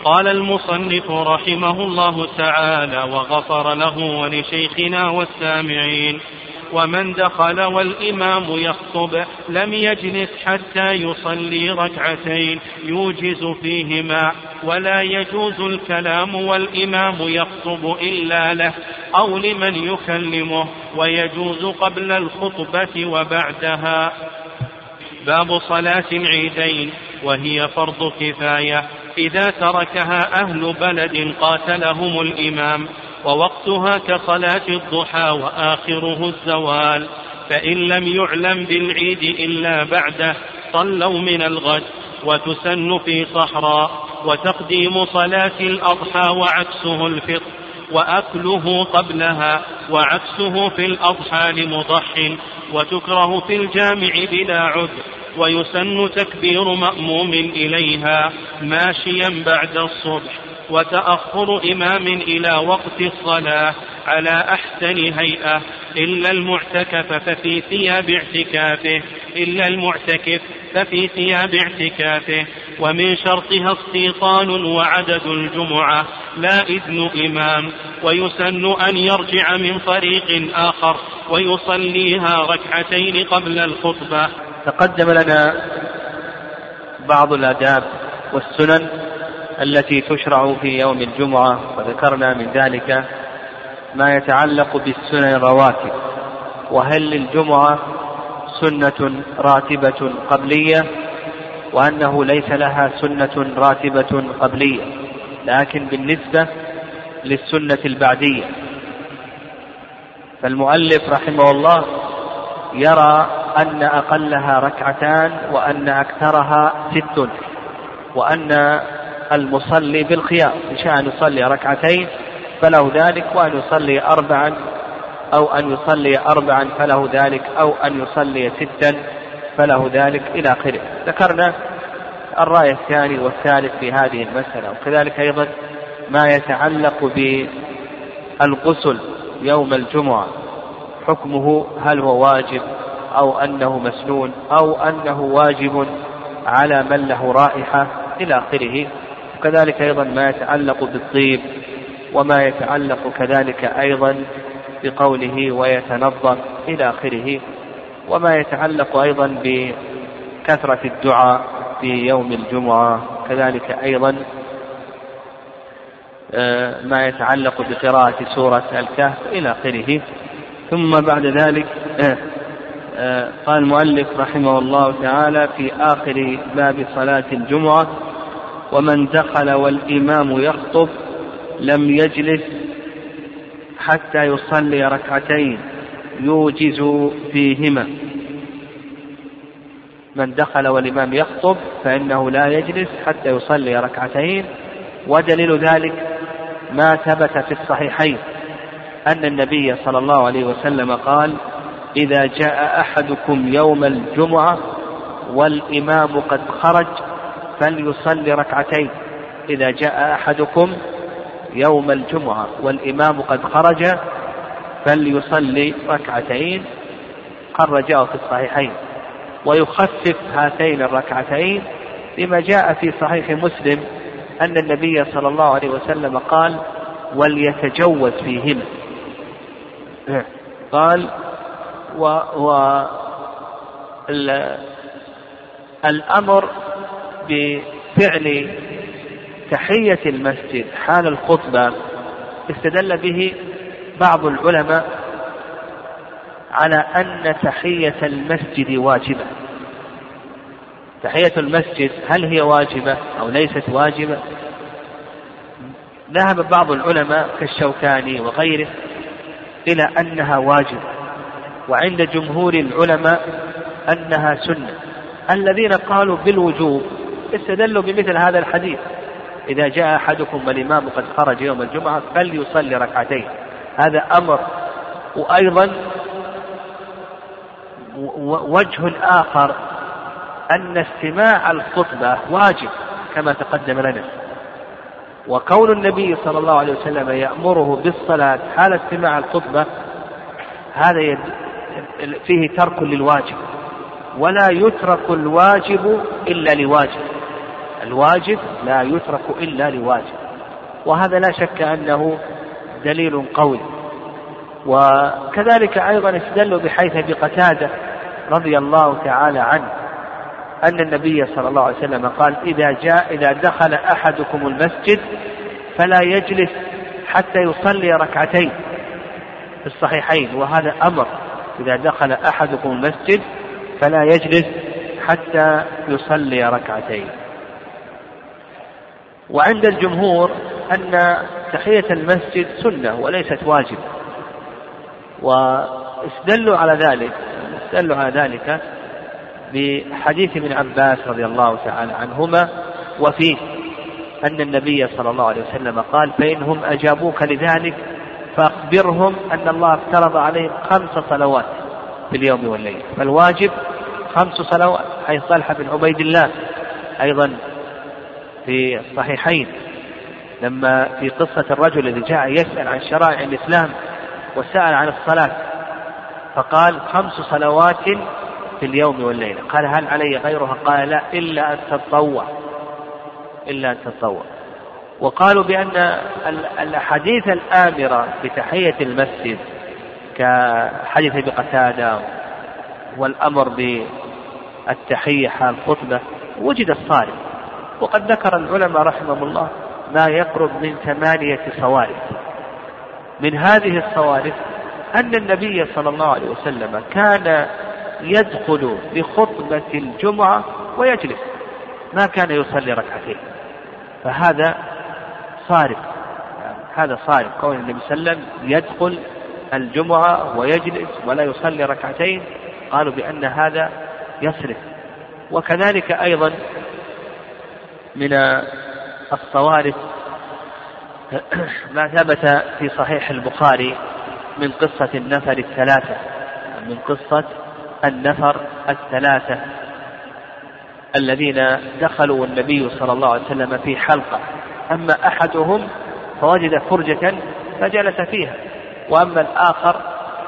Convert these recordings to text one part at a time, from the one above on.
قال المصنف رحمه الله تعالى وغفر له ولشيخنا والسامعين: ومن دخل والإمام يخطب لم يجلس حتى يصلي ركعتين يوجز فيهما، ولا يجوز الكلام والإمام يخطب إلا له أو لمن يكلمه، ويجوز قبل الخطبة وبعدها. باب صلاة العيدين، وهي فرض كفاية إذا تركها أهل بلد قاتلهم الإمام، ووقتها كصلاة الضحى وآخره الزوال، فإن لم يعلم بالعيد إلا بعده صلوا من الغد، وتسن في صحراء، وتقديم صلاة الأضحى وعكسه الفطر، وأكله قبلها وعكسه في الأضحى لمضح، وتكره في الجامع بلا عذر، ويسن تكبير مأموم إليها ماشيا بعد الصبح، وتأخر إمام إلى وقت الصلاة على أحسن هيئة إلا المعتكف ففي ثياب اعتكافه، ومن شرطها استيطان وعدد الجمعة لا إذن إمام، ويسن أن يرجع من طريق آخر ويصليها ركعتين قبل الخطبة. تقدم لنا بعض الآداب والسنن التي تشرع في يوم الجمعة، وذكرنا من ذلك ما يتعلق بالسنن الرواتب، وهل للجمعة سنة راتبة قبلية، وأنه ليس لها سنة راتبة قبلية، لكن بالنسبة للسنة البعدية فالمؤلف رحمه الله يرى أن أقلها ركعتان، وأن أكثرها 6، وأن المصلي بالخيار إن شاء أن يصلي ركعتين فله ذلك، وأن يصلي 4 أو أن يصلي 4 فله ذلك، أو أن يصلي 6 فله ذلك إلى آخره. ذكرنا الرأي الثاني والثالث في هذه المسألة، وكذلك أيضا ما يتعلق بالغسل يوم الجمعة، حكمه هل هو واجب أو أنه مسنون أو أنه واجب على من له رائحة إلى آخره. وكذلك أيضا ما يتعلق بالطيب، وما يتعلق كذلك أيضا بقوله ويتنظف إلى آخره، وما يتعلق أيضا بكثرة الدعاء في يوم الجمعة، كذلك أيضا ما يتعلق بقراءة سورة الكهف إلى آخره. ثم بعد ذلك قال المؤلف رحمه الله تعالى في آخر باب صلاة الجمعة: ومن دخل والإمام يخطب لم يجلس حتى يصلي ركعتين يوجز فيهما. من دخل والإمام يخطب فإنه لا يجلس حتى يصلي ركعتين، ودليل ذلك ما ثبت في الصحيحين أن النبي صلى الله عليه وسلم قال: إذا جاء أحدكم يوم الجمعة والإمام قد خرج فليصلي ركعتين. إذا جاء أحدكم يوم الجمعة والإمام قد خرج فليصلي ركعتين، خرجه في الصحيحين. ويخفف هاتين الركعتين لما جاء في صحيح مسلم أن النبي صلى الله عليه وسلم قال: وليتجوز فيهما. قال: الأمر بفعل تحية المسجد حال الخطبة استدل به بعض العلماء على أن تحية المسجد واجبة. تحية المسجد هل هي واجبة أو ليست واجبة؟ ذهب بعض العلماء كالشوكاني وغيره إلى أنها واجبة، وعند جمهور العلماء أنها سنة. الذين قالوا بالوجوب استدلوا بمثل هذا الحديث: إذا جاء أحدكم والإمام قد خرج يوم الجمعة فليصلي ركعتين. هذا أمر. وأيضا وجه آخر أن استماع الخطبة واجب كما تقدم لنا، وكون النبي صلى الله عليه وسلم يأمره بالصلاة حال استماع الخطبة هذا فيه ترك للواجب، ولا يترك الواجب إلا لواجب. الواجب لا يترك إلا لواجب، وهذا لا شك أنه دليل قوي. وكذلك أيضا استدلوا بحيث أبي قتادة رضي الله تعالى عنه أن النبي صلى الله عليه وسلم قال إذا دخل أحدكم المسجد فلا يجلس حتى يصلي ركعتين في الصحيحين، وهذا أمر، إذا دخل أحدكم المسجد فلا يجلس حتى يصلي ركعتين. وعند الجمهور أن تحية المسجد سنة وليست واجب، واستدلوا على ذلك بحديث ابن عباس رضي الله تعالى عنهما، وفيه أن النبي صلى الله عليه وسلم قال: فإنهم أجابوك لذلك فأخبرهم أن الله افترض عليهم 5 صلوات في اليوم والليل، فالواجب 5 صلوات. حيث طلحة بن عبيد الله أيضا في الصحيحين لما في قصة الرجل الذي جاء يسأل عن شرائع الإسلام وسأل عن الصلاة فقال: 5 صلوات في اليوم والليلة. قال: هل علي غيرها؟ قال: لا، إلا أن تتطوع. وقالوا بأن الأحاديث الآمرة بتحية المسجد كحديث أبي قتادة والأمر بالتحية حال الخطبة وجد الصارف، وقد ذكر العلماء رحمهم الله ما يقرب من 8 صوارف. من هذه الصوارف أن النبي صلى الله عليه وسلم كان يدخل بخطبة الجمعة ويجلس، ما كان يصلي ركعتين، فهذا صارف. كون النبي صلى الله عليه وسلم يدخل الجمعة ويجلس ولا يصلي ركعتين، قالوا بأن هذا يصرف. وكذلك أيضا من الصوارف ما ثبت في صحيح البخاري من قصة النفر الثلاثة الذين دخلوا النبي صلى الله عليه وسلم في حلقة، أما أحدهم فوجد فرجة فجلس فيها، وأما الآخر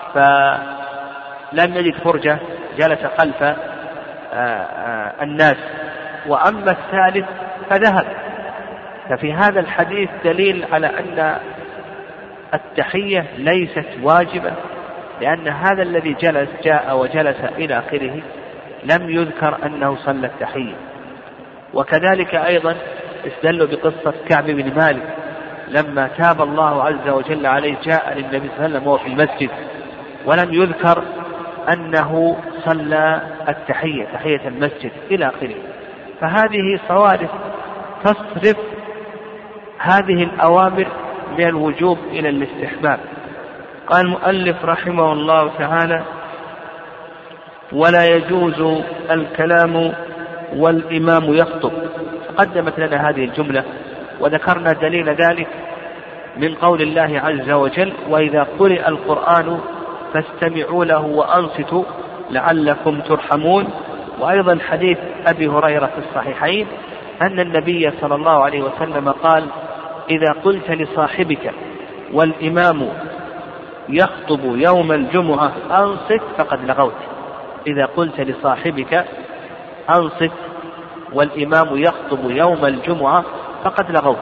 فلم يجد فرجة جلس خلف الناس، وأما الثالث فذهب. ففي هذا الحديث دليل على أن التحية ليست واجبة، لأن هذا الذي جاء وجلس إلى آخره لم يذكر أنه صلى التحية. وكذلك أيضا استدلوا بقصة كعب بن مالك لما تاب الله عز وجل عليه، جاء للنبي صلى الله عليه وسلم وهو في المسجد ولم يذكر أنه صلى تحية المسجد إلى آخره. فهذه صوارف تصرف هذه الأوامر من الوجوب إلى الاستحباب. قال المؤلف رحمه الله تعالى: ولا يجوز الكلام والإمام يخطب. قدمت لنا هذه الجملة وذكرنا دليل ذلك من قول الله عز وجل: وإذا قرئ القرآن فاستمعوا له وأنصتوا لعلكم ترحمون. وأيضا حديث أبي هريرة في الصحيحين أن النبي صلى الله عليه وسلم قال: إذا قلت لصاحبك والإمام يخطب يوم الجمعة أنصت فقد لغوت. إذا قلت لصاحبك أنصت والإمام يخطب يوم الجمعة فقد لغوت.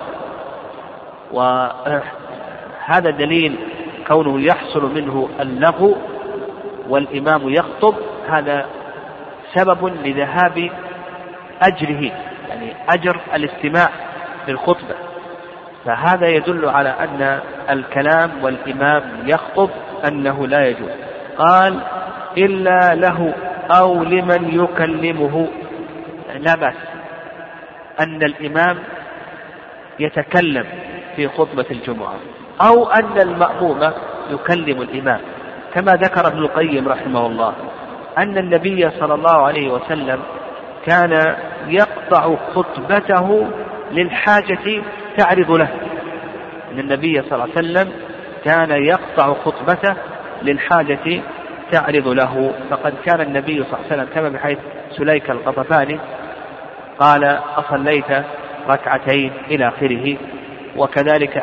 وهذا دليل كونه يحصل منه اللغو والإمام يخطب، هذا سبب لذهاب أجره، يعني أجر الاستماع للخطبة. فهذا يدل على أن الكلام والإمام يخطب أنه لا يجوز. قال: إلا له أو لمن يكلمه. لا بأس أن الإمام يتكلم في خطبة الجمعة أو أن المأموم يكلم الإمام، كما ذكر ابن القيم رحمه الله أن النبي صلى الله عليه وسلم كان يقطع خطبته للحاجة تعرض له. أن النبي صلى الله عليه وسلم كان يقطع خطبته للحاجة تعرض له. فقد كان النبي صلى الله عليه وسلم كما بحيث سليك القطفاني قال: أصليت ركعتين إلى آخره. وكذلك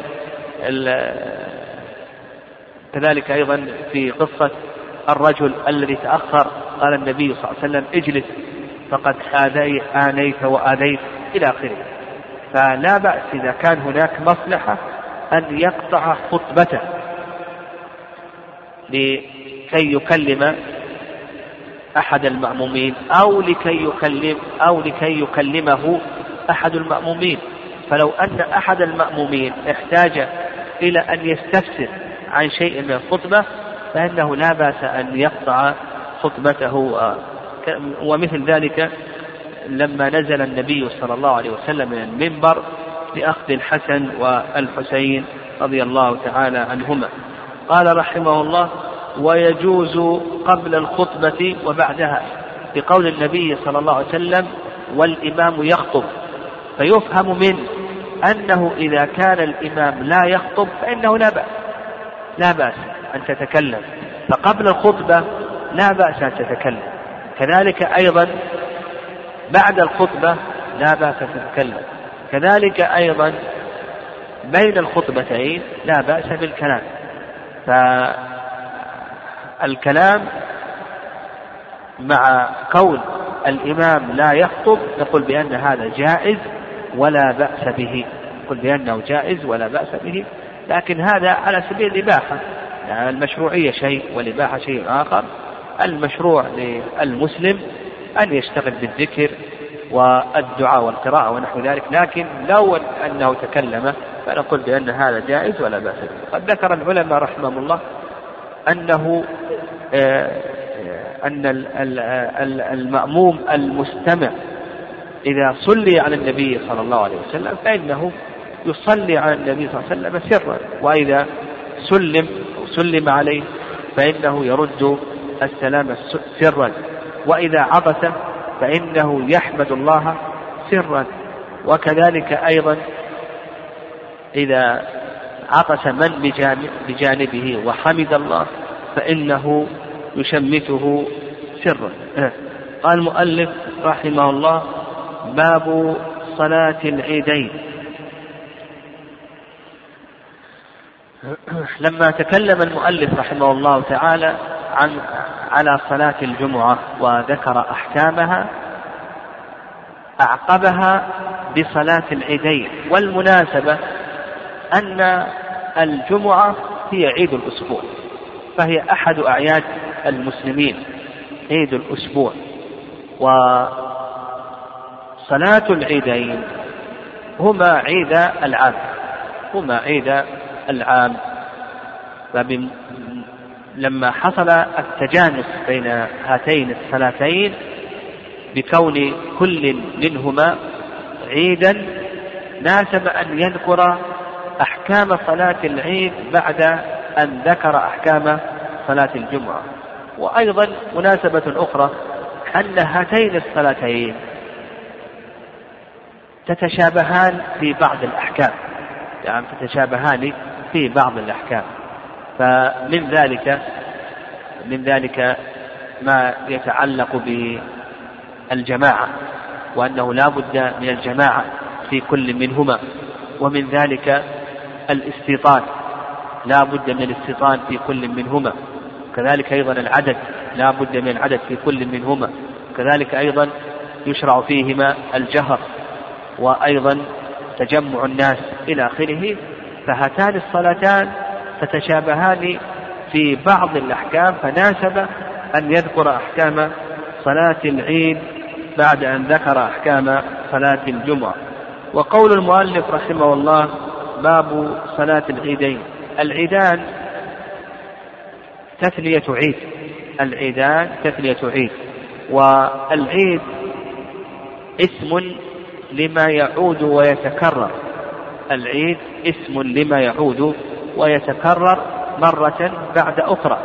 أيضا في قصة الرجل الذي تأخر قال النبي صلى الله عليه وسلم: اجلس فقد آنيت وآذيت. إلى آخره. فلا بأس إذا كان هناك مصلحة أن يقطع خطبته لكي يكلم أحد المأمومين أو لكي يكلمه أحد المأمومين. فلو أن أحد المأمومين احتاج إلى أن يستفسر عن شيء من الخطبة فإنه لا بأس أن يقطع خطبته. ومثل ذلك لما نزل النبي صلى الله عليه وسلم من المنبر لأخذ الحسن والحسين رضي الله تعالى عنهما، قال رحمه الله: ويجوز قبل الخطبة وبعدها، بقول النبي صلى الله عليه وسلم: والإمام يخطب. فيفهم منه أنه إذا كان الإمام لا يخطب فإنه لا بأس أن تتكلم، فقبل الخطبة لا بأس أن تتكلم. كذلك أيضا بعد الخطبة لا بأس أن تتكلم. كذلك أيضا بين الخطبتين لا بأس بالكلام. فالكلام مع كون الإمام لا يخطب نقول بأن هذا جائز ولا بأس به، نقول بأنه جائز ولا بأس به، لكن هذا على سبيل الإباحة. يعني المشروعية شيء والإباحة شيء آخر. المشروع للمسلم أن يشتغل بالذكر والدعاء والقراءة ونحو ذلك، لكن لو أنه تكلم فنقول بأن هذا جائز ولا بأس به. قد ذكر العلماء رحمهم الله أن المأموم المستمع إذا صلي على النبي صلى الله عليه وسلم فإنه يصلي على النبي صلى الله عليه وسلم سرا، وإذا سلم عليه فإنه يرد السلام سرا، وإذا عطس فإنه يحمد الله سرا. وكذلك أيضا إذا عطس من بجانبه وحمد الله فإنه يشمته سرا. قال المؤلف رحمه الله: باب صلاة العيدين. لما تكلم المؤلف رحمه الله تعالى على صلاة الجمعة وذكر أحكامها أعقبها بصلاة العيدين. والمناسبة أن الجمعة هي عيد الأسبوع، فهي أحد أعياد المسلمين، عيد الأسبوع. وصلاة العيدين هما عيد العام. لما حصل التجانس بين هاتين الصلاتين بكون كل منهما عيدا ناسب أن يذكر أحكام صلاة العيد بعد أن ذكر أحكام صلاة الجمعة. وأيضا مناسبة أخرى أن هاتين الصلاتين تتشابهان في بعض الأحكام، يعني تتشابهان في بعض الأحكام. فمن ذلك ما يتعلق بالجماعة، وأنه لا بد من الجماعة في كل منهما. ومن ذلك الاستيطان، لا بد من الاستيطان في كل منهما. كذلك أيضا العدد، لا بد من العدد في كل منهما. كذلك أيضا يشرع فيهما الجهر، وأيضا تجمع الناس إلى آخره. فهاتان الصلاتان تتشابهان في بعض الأحكام، فناسب أن يذكر أحكام صلاة العيد بعد أن ذكر أحكام صلاة الجمعة. وقول المؤلف رحمه الله: باب صلاة العيدين. العيدان تثنية عيد، العيدان تثنية عيد. والعيد اسم لما يعود ويتكرر، العيد اسم لما يعود ويتكرر مرة بعد أخرى.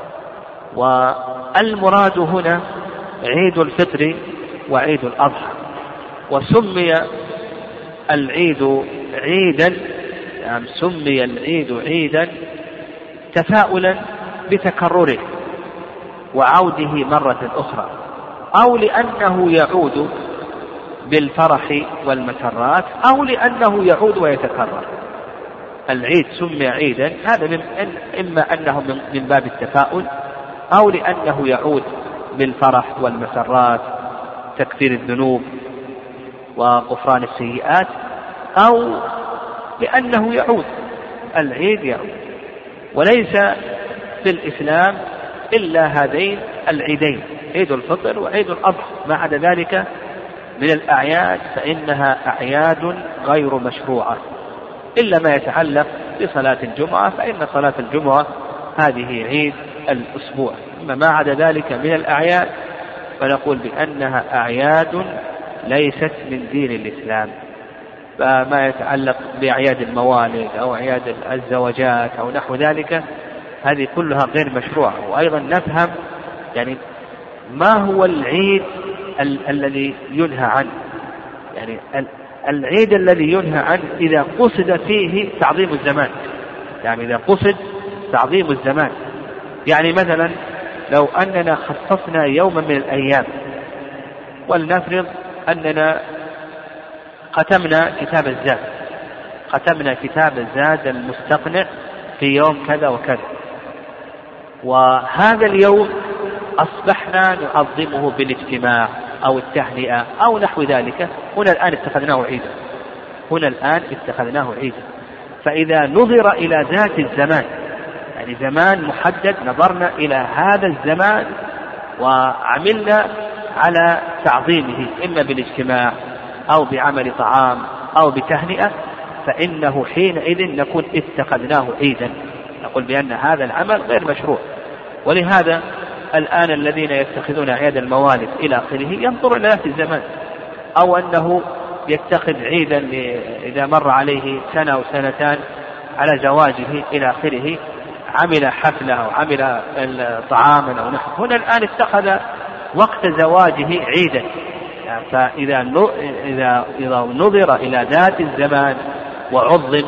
والمراد هنا عيد الفطر وعيد الأضحى. وسمي العيد عيدا، يعني سمي العيد عيدا تفاؤلا بتكرره وعوده مرة أخرى، أو لأنه يعود بالفرح والمسرات، أو لأنه يعود ويتكرر. العيد سمي عيدا، هذا إما أنه من باب التفاؤل، أو لأنه يعود بالفرح والمسرات، تكفير الذنوب وغفران السيئات، أو لأنه يعود، العيد يعود. وليس في الإسلام إلا هذين العيدين، عيد الفطر وعيد الأضحى، ما عدا ذلك من الأعياد فإنها أعياد غير مشروعة، إلا ما يتعلق بصلاة الجمعة، فإن صلاة الجمعة هذه عيد الأسبوع. أما ما عدا ذلك من الأعياد فنقول بأنها أعياد ليست من دين الإسلام. فما يتعلق بأعياد الموالد أو أعياد الزواجات أو نحو ذلك هذه كلها غير مشروعة. وأيضا نفهم يعني ما هو العيد الذي ينهى عنه، يعني العيد الذي ينهى عنه إذا قصد فيه تعظيم الزمان، يعني إذا قصد تعظيم الزمان، يعني مثلا لو أننا خصصنا يوما من الأيام، ولنفرض أننا ختمنا كتاب الزاد المستقنع في يوم كذا وكذا، وهذا اليوم أصبحنا نعظمه بالاجتماع أو التهنئة أو نحو ذلك، هنا الآن اتخذناه عيدا. فإذا نظر إلى ذات الزمان، يعني زمان محدد، نظرنا إلى هذا الزمان وعملنا على تعظيمه إما بالاجتماع أو بعمل طعام أو بتهنئة، فإنه حينئذ نكون اتخذناه عيدا، نقول بأن هذا العمل غير مشروع. ولهذا الآن الذين يتخذون أعياد الموالد إلى آخره ينظر إلى ذات الزمان، أو أنه يتخذ عيدا إذا مر عليه سنة أو سنتان على زواجه إلى آخره، عمل حفلة أو عمل طعاما أو نحو، هنا الآن اتخذ وقت زواجه عيدا. فإذا نظر إلى ذات الزمان وعظم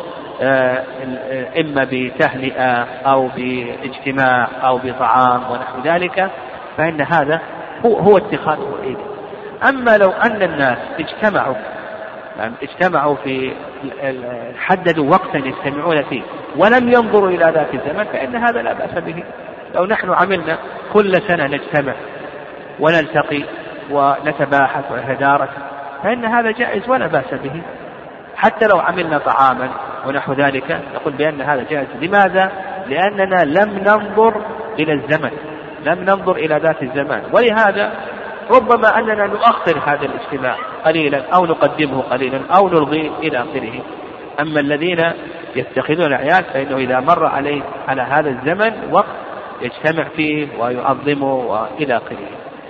إما بتهنئة أو باجتماع أو بطعام ونحو ذلك، فإن هذا هو اتخاذه عيدا. أما لو أن الناس اجتمعوا في حددوا وقتا يجتمعون فيه ولم ينظروا إلى ذات الزمان، فإن هذا لا بأس به. لو نحن عملنا كل سنة نجتمع ونلتقي ونتباحث ونتدارس فإن هذا جائز ولا بأس به، حتى لو عملنا طعاما ونحو ذلك نقول بأن هذا جائز. لماذا؟ لأننا لم ننظر إلى الزمن، لم ننظر إلى ذات الزمان. ولهذا ربما أننا نؤخر هذا الاجتماع قليلا أو نقدمه قليلا أو نلغيه إلى آخره. أما الذين يتخذون الأعياد فإنه إذا مر عليه على هذا الزمن وقت يجتمع فيه ويعظمه وإلى آخره.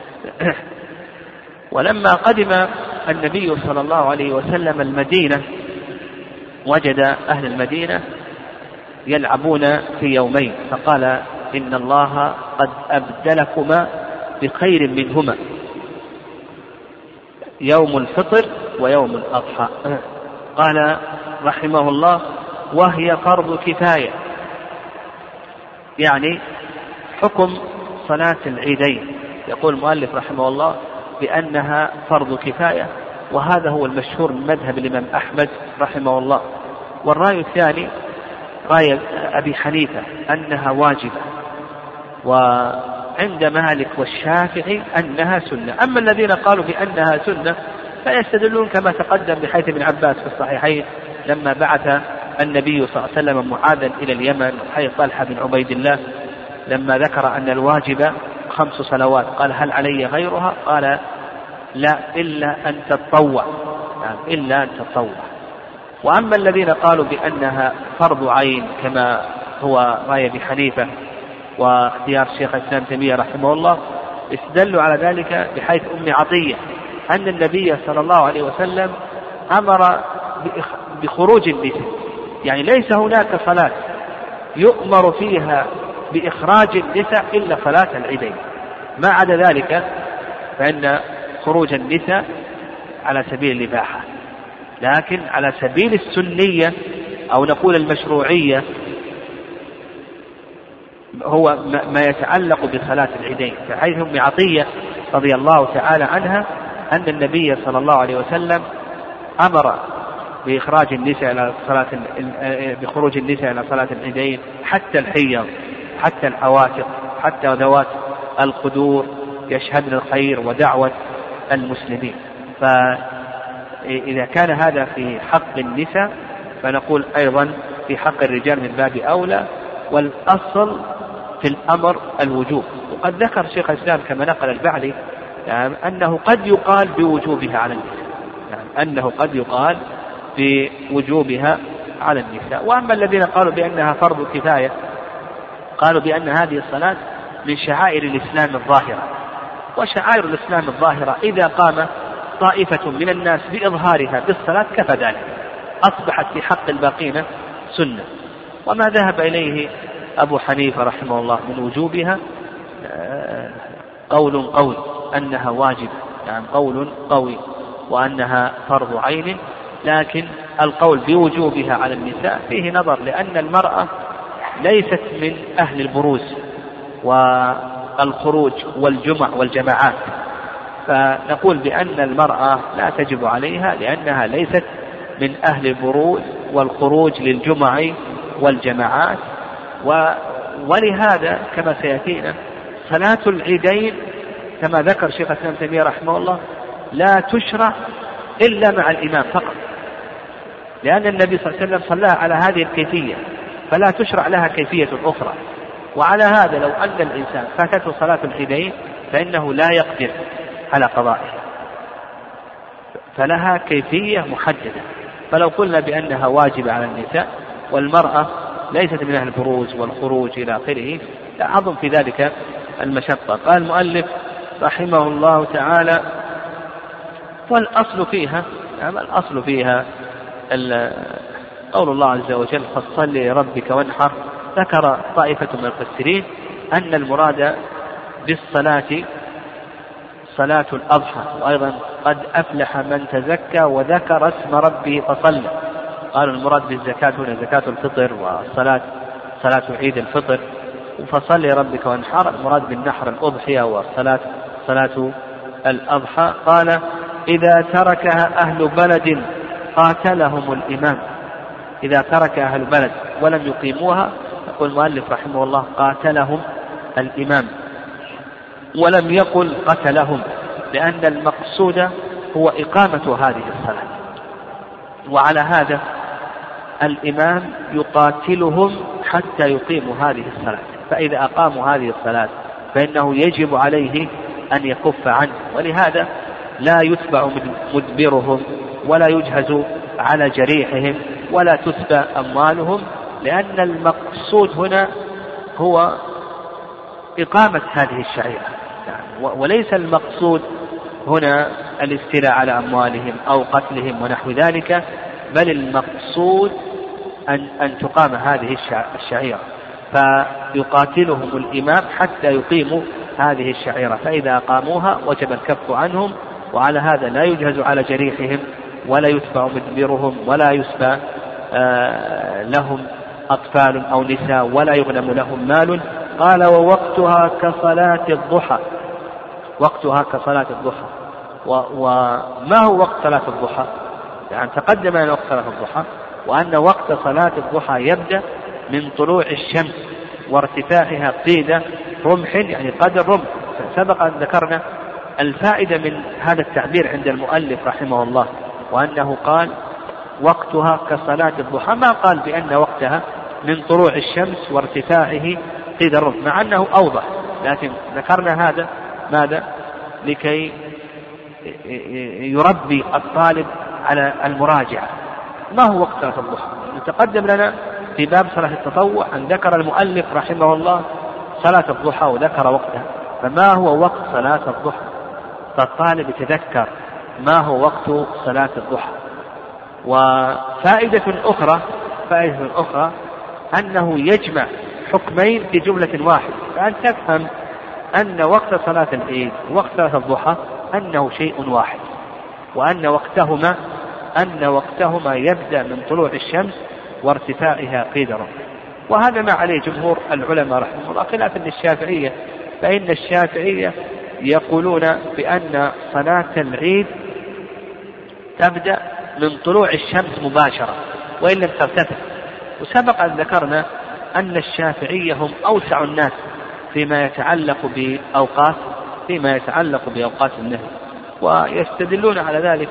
ولما قدم النبي صلى الله عليه وسلم المدينة وجد أهل المدينة يلعبون في يومين، فقال إن الله قد أبدلكما بخير منهما، يوم الفطر ويوم الأضحى. قال رحمه الله وهي فرض كفاية، يعني حكم صلاة العيدين. يقول المؤلف رحمه الله بأنها فرض كفاية، وهذا هو المشهور من مذهب الإمام أحمد رحمه الله. والرأي الثاني رأي أبي حنيفة أنها واجبة، وعند مالك والشافعي أنها سنة. أما الذين قالوا بأنها سنة فيستدلون كما تقدم بحيث ابن عباس في الصحيحين لما بعث النبي صلى الله عليه وسلم معاذا إلى اليمن، حيث طلحة بن عبيد الله لما ذكر أن الواجب 5 صلوات قال هل علي غيرها؟ قال لا إلا أن تتطوع، إلا أن تتطوع. وأما الذين قالوا بأنها فرض عين كما هو رأي أبي حنيفة واختيار الشيخ الإسلام تيمية رحمه الله، استدلوا على ذلك بحيث أم عطية أن النبي صلى الله عليه وسلم أمر بخروج النساء، يعني ليس هناك صلاة يؤمر فيها بإخراج النساء إلا صلاة العيدين، ما عدا ذلك فإن خروج النساء على سبيل الإباحة، لكن على سبيل السنية أو نقول المشروعية هو ما يتعلق بصلاة العيدين. فحيث أم عطية رضي الله تعالى عنها أن النبي صلى الله عليه وسلم أمر بإخراج النساء إلى صلاة بخروج النساء إلى صلاة العيدين، حتى الحيض، حتى العواتق، حتى ذوات القدور يشهدن الخير ودعوة المسلمين. إذا كان هذا في حق النساء فنقول أيضا في حق الرجال من باب أولى، والأصل في الأمر الوجوب. وقد ذكر شيخ الإسلام كما نقل البعلي أنه قد يقال بوجوبها على النساء، أنه قد يقال بوجوبها على النساء. وأما الذين قالوا بأنها فرض كفاية قالوا بأن هذه الصلاة من شعائر الإسلام الظاهرة، وشعائر الإسلام الظاهرة إذا قام طائفة من الناس بإظهارها بالصلاة كفى ذلك، أصبحت في حق الباقين سنة. وما ذهب إليه أبو حنيفة رحمه الله من وجوبها قول قوي أنها واجب، يعني قول قوي وأنها فرض عين، لكن القول بوجوبها على النساء فيه نظر، لأن المرأة ليست من أهل البروز والخروج والجمع والجماعات، فنقول بأن المرأة لا تجب عليها لأنها ليست من أهل البروز والخروج للجمع والجماعات. ولهذا كما سيأتينا صلاة العيدين كما ذكر شيخ الإسلام ابن تيمية رحمه الله لا تشرع إلا مع الإمام فقط، لأن النبي صلى الله عليه وسلم صلى على هذه الكيفية، فلا تشرع لها كيفية أخرى. وعلى هذا لو أن الإنسان فاتته صلاة العيدين فإنه لا يقدر على قضائها، فلها كيفية محددة. فلو قلنا بأنها واجبة على النساء والمرأة ليست من أهل البروز والخروج إلى آخره لعظم في ذلك المشقة. قال المؤلف رحمه الله تعالى: والأصل فيها، يعني الأصل فيها قول الله عز وجل: فصل لربك وانحر. ذكر طائفة من المفسرين أن المراد بالصلاة صلاة الأضحى، وأيضا قد أفلح من تزكى وذكر اسم ربه فصلى. قالوا المراد بالزكاة هنا زكاة الفطر، والصلاة صلاة عيد الفطر. وفصل لربك وانحر المراد بالنحر الأضحية، والصلاة صلاة الأضحى. قال: إذا تركها أهل بلد قاتلهم الإمام. إذا ترك أهل بلد ولم يقيموها يقول المؤلف رحمه الله قاتلهم الإمام، ولم يقل قتلهم، لأن المقصود هو إقامة هذه الصلاة. وعلى هذا الإمام يقاتلهم حتى يقيموا هذه الصلاة، فإذا أقاموا هذه الصلاة فإنه يجب عليه أن يكف عنه، ولهذا لا يتبع مدبرهم ولا يجهز على جريحهم ولا تسبى أموالهم، لأن المقصود هنا هو إقامة هذه الشعيرة، وليس المقصود هنا الاستيلاء على أموالهم أو قتلهم ونحو ذلك، بل المقصود أن تقام هذه الشعيرة. فيقاتلهم الإمام حتى يقيموا هذه الشعيرة، فإذا أقاموها وجب الكف عنهم، وعلى هذا لا يجهز على جريحهم ولا يتبع مدبرهم ولا يسبى لهم أطفال أو نساء ولا يغنم لهم مال. قال: ووقتها كصلاة الضحى. وقتها كصلاة الضحى. وما هو وقت صلاة الضحى؟ يعني تقدم أن وقت صلاة الضحى، وأن وقت صلاة الضحى يبدأ من طلوع الشمس وارتفاعها قيد رمح، يعني قدر رمح. سبق أن ذكرنا الفائدة من هذا التعبير عند المؤلف رحمه الله، وأنه قال وقتها كصلاة الضحى، ما قال بأن وقتها من طلوع الشمس وارتفاعه قيد الرمح، مع أنه أوضح، لكن ذكرنا هذا ماذا؟ لكي يربي الطالب على المراجعة. ما هو وقت صلاة الضحى؟ يتقدم لنا في باب صلاة التطوع أن ذكر المؤلف رحمه الله صلاة الضحى وذكر وقتها، فما هو وقت صلاة الضحى؟ فالطالب يتذكر ما هو وقت صلاة الضحى. وفائدة أخرى أنه يجمع حكمين في جملة واحدة، فأن تفهم أن وقت صلاة العيد ووقت صلاة الضحى أنه شيء واحد، وأن وقتهما يبدأ من طلوع الشمس وارتفاعها قيد رمح. وهذا ما عليه جمهور العلماء رحمه الله، خلافا للشافعية، فإن الشافعية يقولون بأن صلاة العيد تبدأ من طلوع الشمس مباشرة وإن لم ترتفع. وسبق أن ذكرنا أن الشافعية هم أوسع الناس فيما يتعلق بأوقات النهي، ويستدلون على ذلك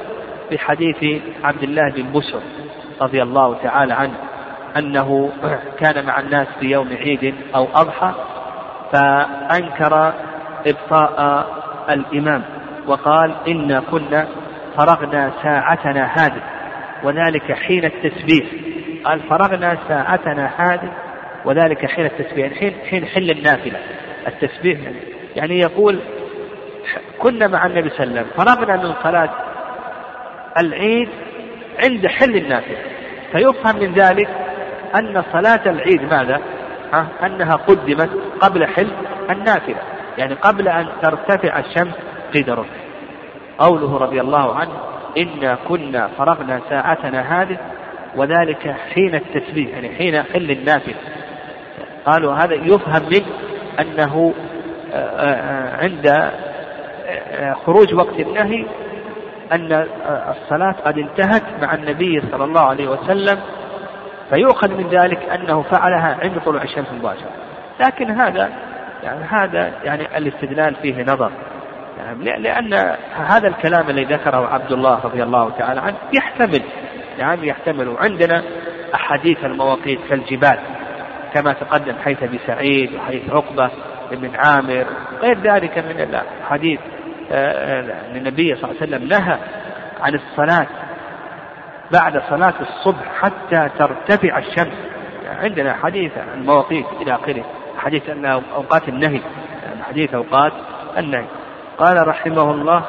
بحديث عبد الله بن بسر رضي الله تعالى عنه أنه كان مع الناس في يوم عيد أو أضحى فأنكر إبطاء الإمام وقال إنا كنا فرغنا ساعتنا هذه وذلك حين التسبيح. قال فرغنا ساعتنا هذه وذلك حين التسبيح، حين حل النافلة التسبيح، يعني يقول كنا مع النبي صلى الله عليه وسلم فرغنا من صلاة العيد عند حل النافلة، فيفهم من ذلك أن صلاة العيد ماذا؟ أنها قدمت قبل حل النافلة، يعني قبل أن ترتفع الشمس قدره. قوله رضي الله عنه إنا كنا فرغنا ساعتنا هذه وذلك حين التسبيح، يعني حين حل النافلة. قالوا هذا يفهم منه أنه عند خروج وقت النهي أن الصلاة قد انتهت مع النبي صلى الله عليه وسلم، فيؤخذ من ذلك أنه فعلها عند طلوع الشمس مباشرة. لكن هذا يعني الاستدلال فيه نظر، يعني لأن هذا الكلام الذي ذكره عبد الله رضي الله تعالى عنه يحتمل عندنا أحاديث المواقيت كالجبال كما تقدم حيث أبي سعيد وحيث عقبة بن عامر غير ذلك من الحديث النبي صلى الله عليه وسلم نهى عن الصلاة بعد صلاة الصبح حتى ترتفع الشمس. عندنا حديث المواقيت إلى آخره، حديث أن أوقات النهي، حديث أوقات النهي. قال رحمه الله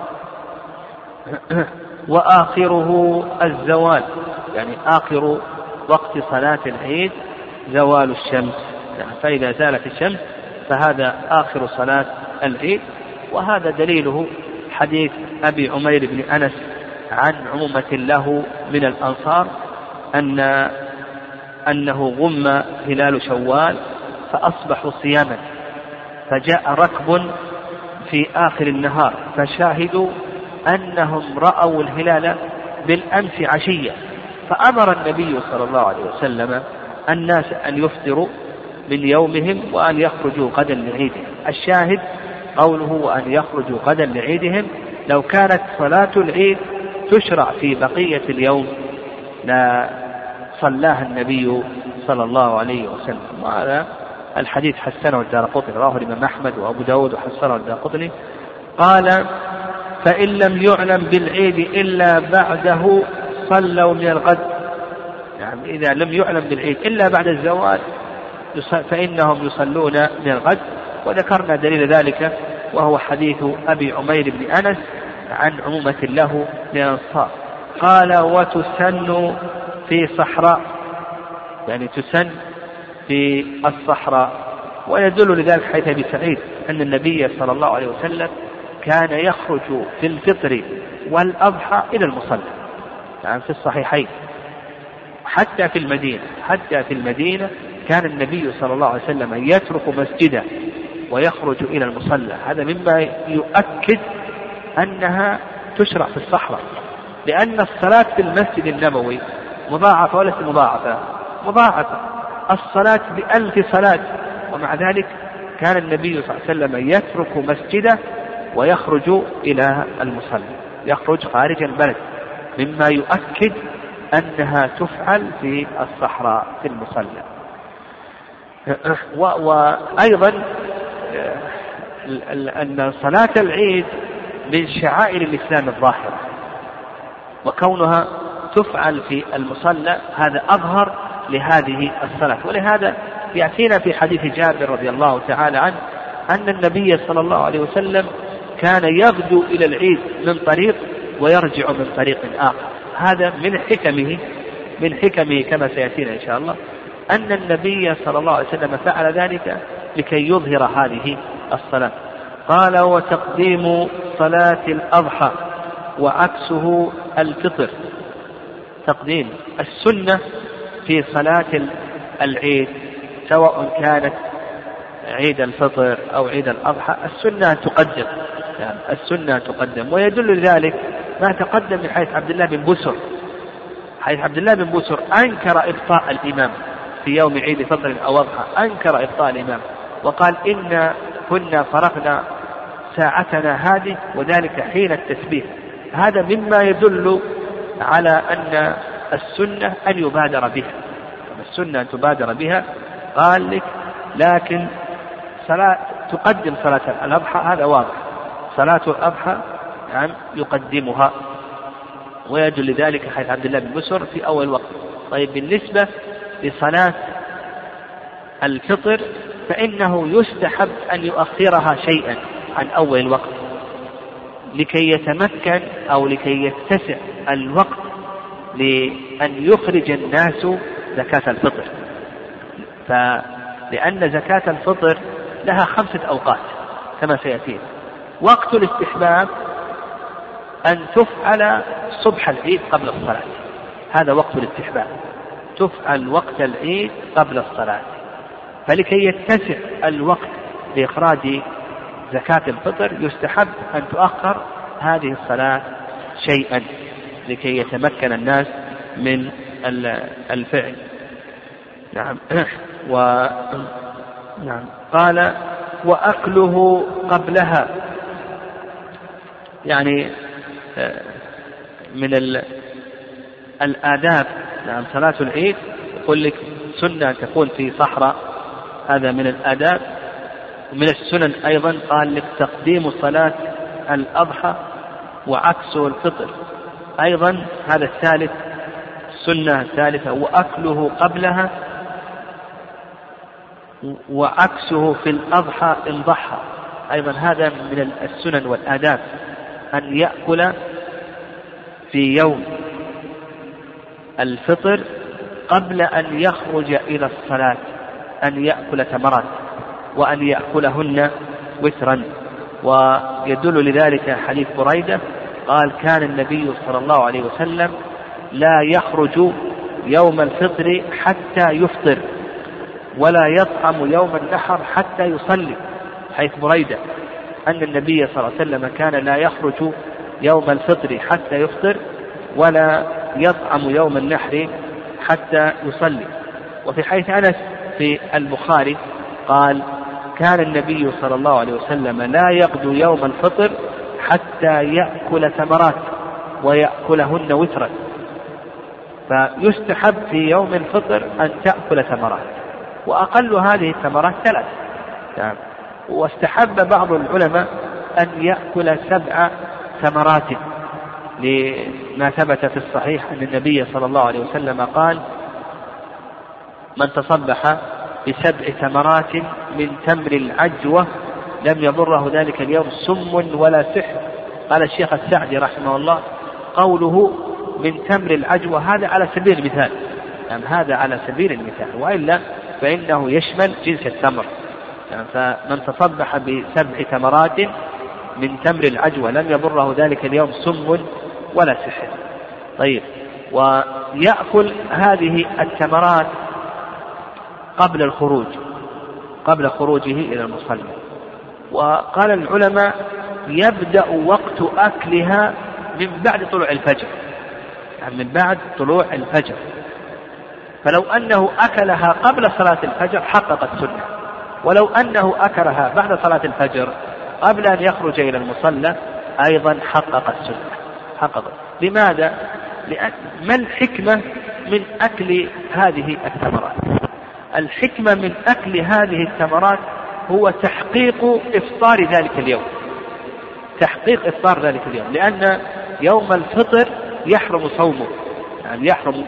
وآخره الزوال، يعني آخر وقت صلاة العيد زوال الشمس، فإذا زالت الشمس فهذا آخر صلاة العيد. وهذا دليله حديث أبي عمير بن أنس عن عمومة له من الأنصار أنه غم هلال شوال فأصبحوا صياما، فجاء ركب في آخر النهار فشاهدوا أنهم رأوا الهلال بالأمس عشية، فأمر النبي صلى الله عليه وسلم الناس أن يفطروا من يومهم وأن يخرجوا غدا لعيدهم. الشاهد قوله وأن يخرجوا غدا لعيدهم، لو كانت صلاة العيد تشرع في بقية اليوم لا صلاها النبي صلى الله عليه وسلم. وهذا الحديث حسنه الدارقطني، رواه الإمام أحمد وأبو داود وحسنه الدارقطني. قال فإن لم يعلم بالعيد إلا بعده صلوا من الغد، يعني إذا لم يعلم بالعيد إلا بعد الزوال فإنهم يصلون من الغد. وذكرنا دليل ذلك وهو حديث أبي عمير بن أنس عن عمومة له من الأنصار. قال وتسن في صحراء، يعني تسن في الصحراء. ويدل لذلك حيث أبي سعيد أن النبي صلى الله عليه وسلم كان يخرج في الفطر والأضحى إلى المصلى، يعني في الصحيحين. حتى في المدينة كان النبي صلى الله عليه وسلم يترك مسجده ويخرج إلى المصلى. هذا مما يؤكد أنها تشرع في الصحراء، لأن الصلاة في المسجد النبوي مضاعفة وليس مضاعفة، الصلاة ب1000 صلاة، ومع ذلك كان النبي صلى الله عليه وسلم يترك مسجده ويخرج إلى المصلى، يخرج خارج البلد، مما يؤكد أنها تفعل في الصحراء في المصلى. وأيضا أن صلاة العيد من شعائر الإسلام الظاهرة، وكونها تفعل في المصلى هذا أظهر لهذه الصلاة. ولهذا يأتينا في حديث جابر رضي الله تعالى عنه أن النبي صلى الله عليه وسلم كان يغدو إلى العيد من طريق ويرجع من طريق آخر. هذا من حكمه كما سيأتينا إن شاء الله أن النبي صلى الله عليه وسلم فعل ذلك لكي يظهر هذه الصلاة. قال وتقديم صلاة الأضحى وعكسه الفطر. تقديم السنة في صلاة العيد سواء كانت عيد الفطر أو عيد الأضحى، السنة تقدم. ويدل ذلك ما تقدم من حيث عبد الله بن بسر أنكر إبطاء الإمام في يوم عيد فطر أو أضحى، أنكر إبطاء الإمام وقال إن كنا فرغنا ساعتنا هذه وذلك حين التسبيح، هذا مما يدل على أن السنة أن يبادر بها، السنة أن تبادر بها. قال لك لكن تقدم صلاة الأضحى، هذا واضح، صلاة الأضحى يعني يقدمها، ويدل لذلك حديث عبد الله بن بسر في أول وقت. طيب بالنسبة لصلاة الفطر فإنه يستحب أن يؤخرها شيئا عن أول الوقت لكي يتمكن أو لكي يتسع الوقت لأن يخرج الناس زكاة الفطر. لأن زكاة الفطر لها 5 أوقات كما سيأتي. وقت الاستحباب أن تفعل صبح العيد قبل الصلاة، هذا وقت الاستحباب، تفعل وقت العيد قبل الصلاة. فلكي يتسع الوقت لإخراج زكاة الفطر يستحب أن تؤخر هذه الصلاة شيئا لكي يتمكن الناس من الفعل. نعم. نعم. قال وأكله قبلها، يعني من الآداب. نعم. صلاة العيد يقول لك سنة أن تكون في صحراء، هذا من الآداب. من السنن أيضا قال لك تقديم صلاة الأضحى وعكسه الفطر، أيضا هذا الثالث، السنة الثالثة. وأكله قبلها وعكسه في الأضحى إن ضحى، أيضا هذا من السنن والآداب، أن يأكل في يوم الفطر قبل أن يخرج إلى الصلاة، أن يأكل تمرات وأن يأكلهن وترا. ويدل لذلك حديث بريدة قال كان النبي صلى الله عليه وسلم لا يخرج يوم الفطر حتى يفطر ولا يطعم يوم النحر حتى يصلي، حيث بريدة أن النبي صلى الله عليه وسلم كان لا يخرج يوم الفطر حتى يفطر ولا يطعم يوم النحر حتى يصلي. وفي حديث أنس في البخاري قال كان النبي صلى الله عليه وسلم لا يغدو يوم الفطر حتى يأكل ثمرات ويأكلهن وترا. فيستحب في يوم الفطر أن تأكل ثمرات، وأقل هذه الثمرات 3. يعني واستحب بعض العلماء أن يأكل 7 ثمرات لما ثبت في الصحيح أن النبي صلى الله عليه وسلم قال من تصبح ب7 ثمرات من تمر العجوة لم يضره ذلك اليوم سم ولا سحر. قال الشيخ السعدي رحمه الله قوله من تمر العجوة هذا على سبيل المثال، يعني هذا على سبيل المثال، وإلا فإنه يشمل جنس التمر. يعني فمن تصبح ب7 ثمرات من تمر العجوة لم يضره ذلك اليوم سم ولا سحر. طيب، ويأكل هذه الثمرات قبل الخروج، قبل خروجه إلى المصلى. وقال العلماء يبدأ وقت أكلها من بعد طلوع الفجر، يعني من بعد طلوع الفجر. فلو أنه أكلها قبل صلاة الفجر حقق السنة، ولو أنه أكلها بعد صلاة الفجر قبل أن يخرج إلى المصلى أيضا حقق السنة. حقق. لماذا؟ ما الحكمة من أكل هذه الثمرات؟ الحكمة من أكل هذه الثمرات هو تحقيق إفطار ذلك اليوم، تحقيق إفطار ذلك اليوم، لأن يوم الفطر يحرم صومه، يعني يحرم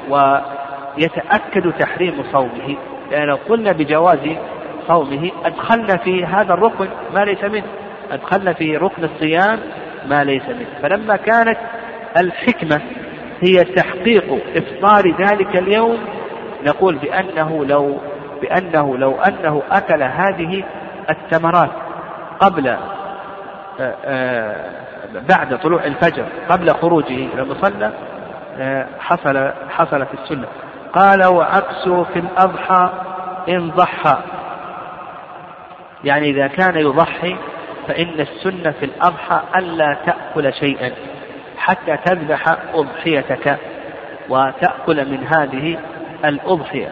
ويتأكد تحريم صومه، لأن لو قلنا بجواز صومه أدخلنا في هذا الركن ما ليس منه، أدخلنا في ركن الصيام ما ليس منه. فلما كانت الحكمة هي تحقيق إفطار ذلك اليوم نقول بأنه لو أنه أكل هذه الثمرات قبل بعد طلوع الفجر قبل خروجه إلى المصلى حصلت السنة. قال وعكسه في الأضحى إن ضحى، يعني إذا كان يضحي فإن السنة في الأضحى ألا تأكل شيئا حتى تذبح أضحيتك وتأكل من هذه الأضحية.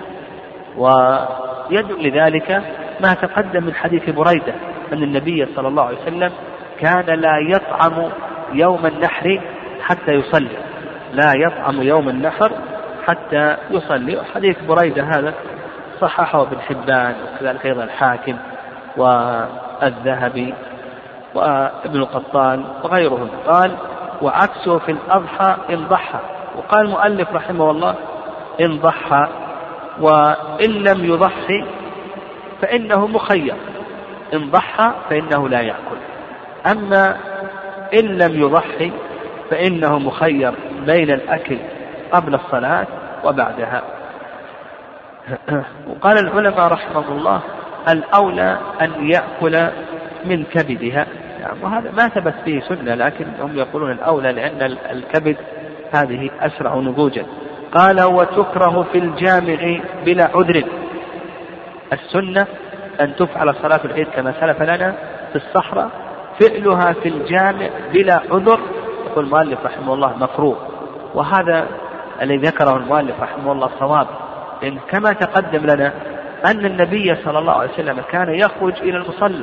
ويدل لذلك ما تقدم من حديث بريدة أن النبي صلى الله عليه وسلم كان لا يطعم يوم النحر حتى يصلي، لا يطعم يوم النحر حتى يصلي. حديث بريدة هذا صححه ابن حبان وكذلك أيضا الحاكم والذهبي وابن القطان وغيرهم. قال وعكسه في الأضحى إن ضحى. وقال المؤلف رحمه الله إن ضحى، وإن لم يضحي فإنه مخير، إن ضحى فإنه لا يأكل. أما إن لم يضحي فإنه مخير بين الأكل قبل الصلاة وبعدها. وقال العلماء رحمه الله الأولى أن يأكل من كبدها، يعني وهذا ما ثبت فيه سنة، لكن هم يقولون الأولى لأن الكبد هذه أسرع نضوجا. قال وتكره في الجامع بلا عذر. السنة أن تفعل صلاة العيد كما سلف لنا في الصحراء، فعلها في الجامع بلا عذر يقول المؤلف رحمه الله مكروه. وهذا الذي ذكره المؤلف رحمه الله صواب، لأن كما تقدم لنا أن النبي صلى الله عليه وسلم كان يخرج إلى المصلى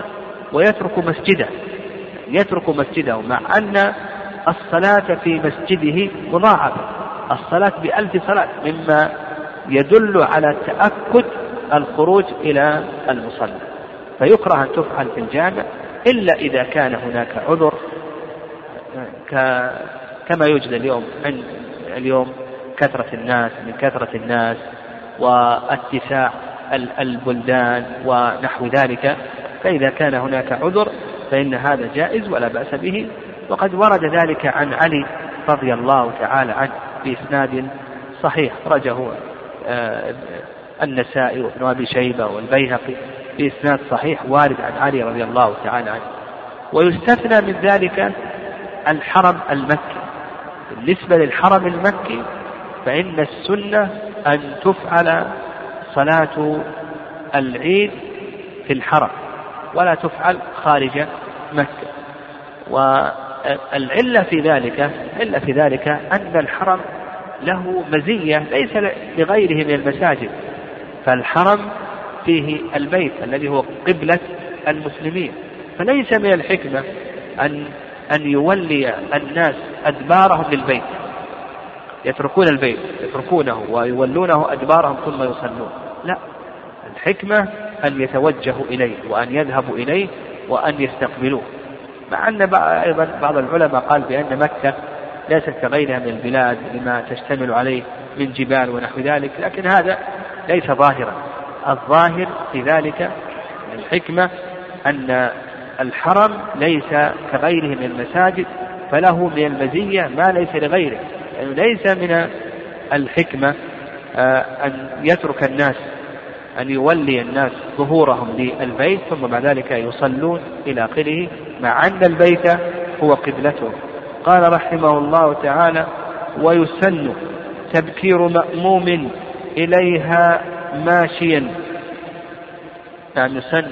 ويترك مسجده مع أن الصلاة في مسجده مضاعفة، الصلاة ب1000 صلاة، مما يدل على تأكد الخروج إلى المصلى. فيكره أن تفعل في الجامع إلا إذا كان هناك عذر كما يوجد اليوم كثرة الناس واتساع البلدان ونحو ذلك. فإذا كان هناك عذر فإن هذا جائز ولا بأس به. وقد ورد ذلك عن علي رضي الله تعالى عنه بإسناد صحيح، رجه النسائي وابن أبي شيبة والبيهقي بإسناد صحيح وارد عن علي رضي الله تعالى عنه. ويستثنى من ذلك الحرم المكي. بالنسبة للحرم المكي فإن السنة أن تفعل صلاة العيد في الحرم ولا تفعل خارج مكة. والعلة في ذلك أن الحرم له مزية ليس لغيره من المساجد، فالحرم فيه البيت الذي هو قبلة المسلمين، فليس من الحكمة أن يولي الناس أدبارهم للبيت، يتركونه ويولونه أدبارهم ثم يصلون. لا، الحكمة أن يتوجهوا إليه وأن يذهبوا إليه وأن يستقبلوه. مع أن أيضا بعض العلماء قال بأن مكة ليست كغيرها من البلاد لما تشتمل عليه من جبال ونحو ذلك، لكن هذا ليس ظاهرا. الظاهر في ذلك الحكمة أن الحرم ليس كغيره من المساجد، فله من المزية ما ليس لغيره. يعني ليس من الحكمة أن يترك الناس، أن يولي الناس ظهورهم للبيت ثم بعد ذلك يصلون إلى آخره، مع أن البيت هو قبلته. قال رحمه الله تعالى ويسن تبكير مأموم إليها ماشيا، يعني يسن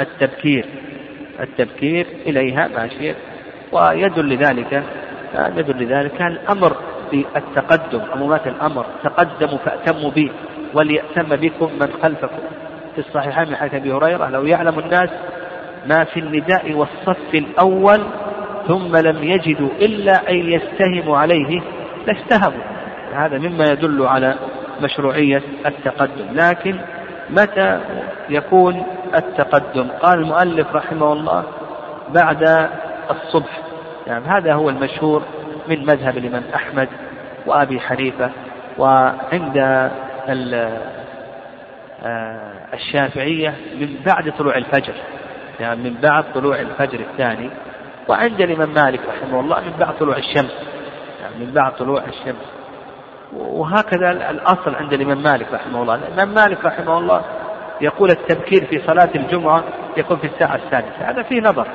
التبكير إليها ماشيا. ويدل لذلك الأمر بالتقدم، عمومات الأمر تقدموا فأتموا به وليأتم بكم من خلفكم. في الصحيحين من حديث أبي هريرة لو يعلم الناس ما في النداء والصف الأول ثم لم يجدوا إلا أن يستهموا عليه لاستهموا. هذا مما يدل على مشروعية التقدم. لكن متى يكون التقدم؟ قال المؤلف رحمه الله بعد الصبح، يعني هذا هو المشهور من مذهب الإمام أحمد وأبي حنيفة. وعند الشافعية من بعد طلوع الفجر، يعني من بعد طلوع الفجر الثاني. وعند الإمام مالك رحمه الله من بعد طلوع الشمس، يعني من بعد طلوع الشمس. وهكذا الأصل عند الإمام مالك رحمه الله. الإمام مالك رحمه الله يقول التبكير في صلاة الجمعة يكون في الساعة 6، هذا فيه نظر.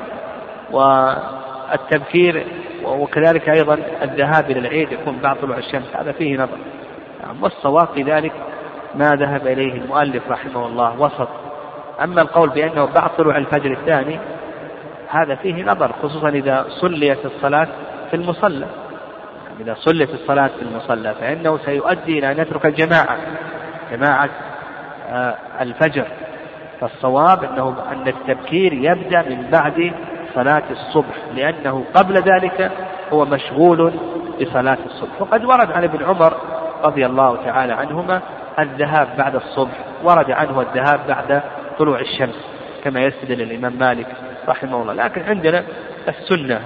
والتبكير وكذلك أيضا الذهاب إلى العيد يكون بعد طلوع الشمس، هذا فيه نظر. والصواب في ذلك ما ذهب إليه المؤلف رحمه الله وسط. أما القول بأنه بعد طلوع الفجر الثاني هذا فيه نظر، خصوصا إذا صليت الصلاة في المصلى. إذا صليت الصلاة في المصلى فإنه سيؤدي إلى أن نترك جماعة الفجر. فالصواب أن التبكير يبدأ من بعد صلاة الصبح، لأنه قبل ذلك هو مشغول بصلاة الصبح. وقد ورد عن ابن عمر رضي الله تعالى عنهما الذهاب بعد الصبح، ورد عنه الذهاب بعد طلوع الشمس كما يستدل الإمام مالك رحمه الله. لكن عندنا السنة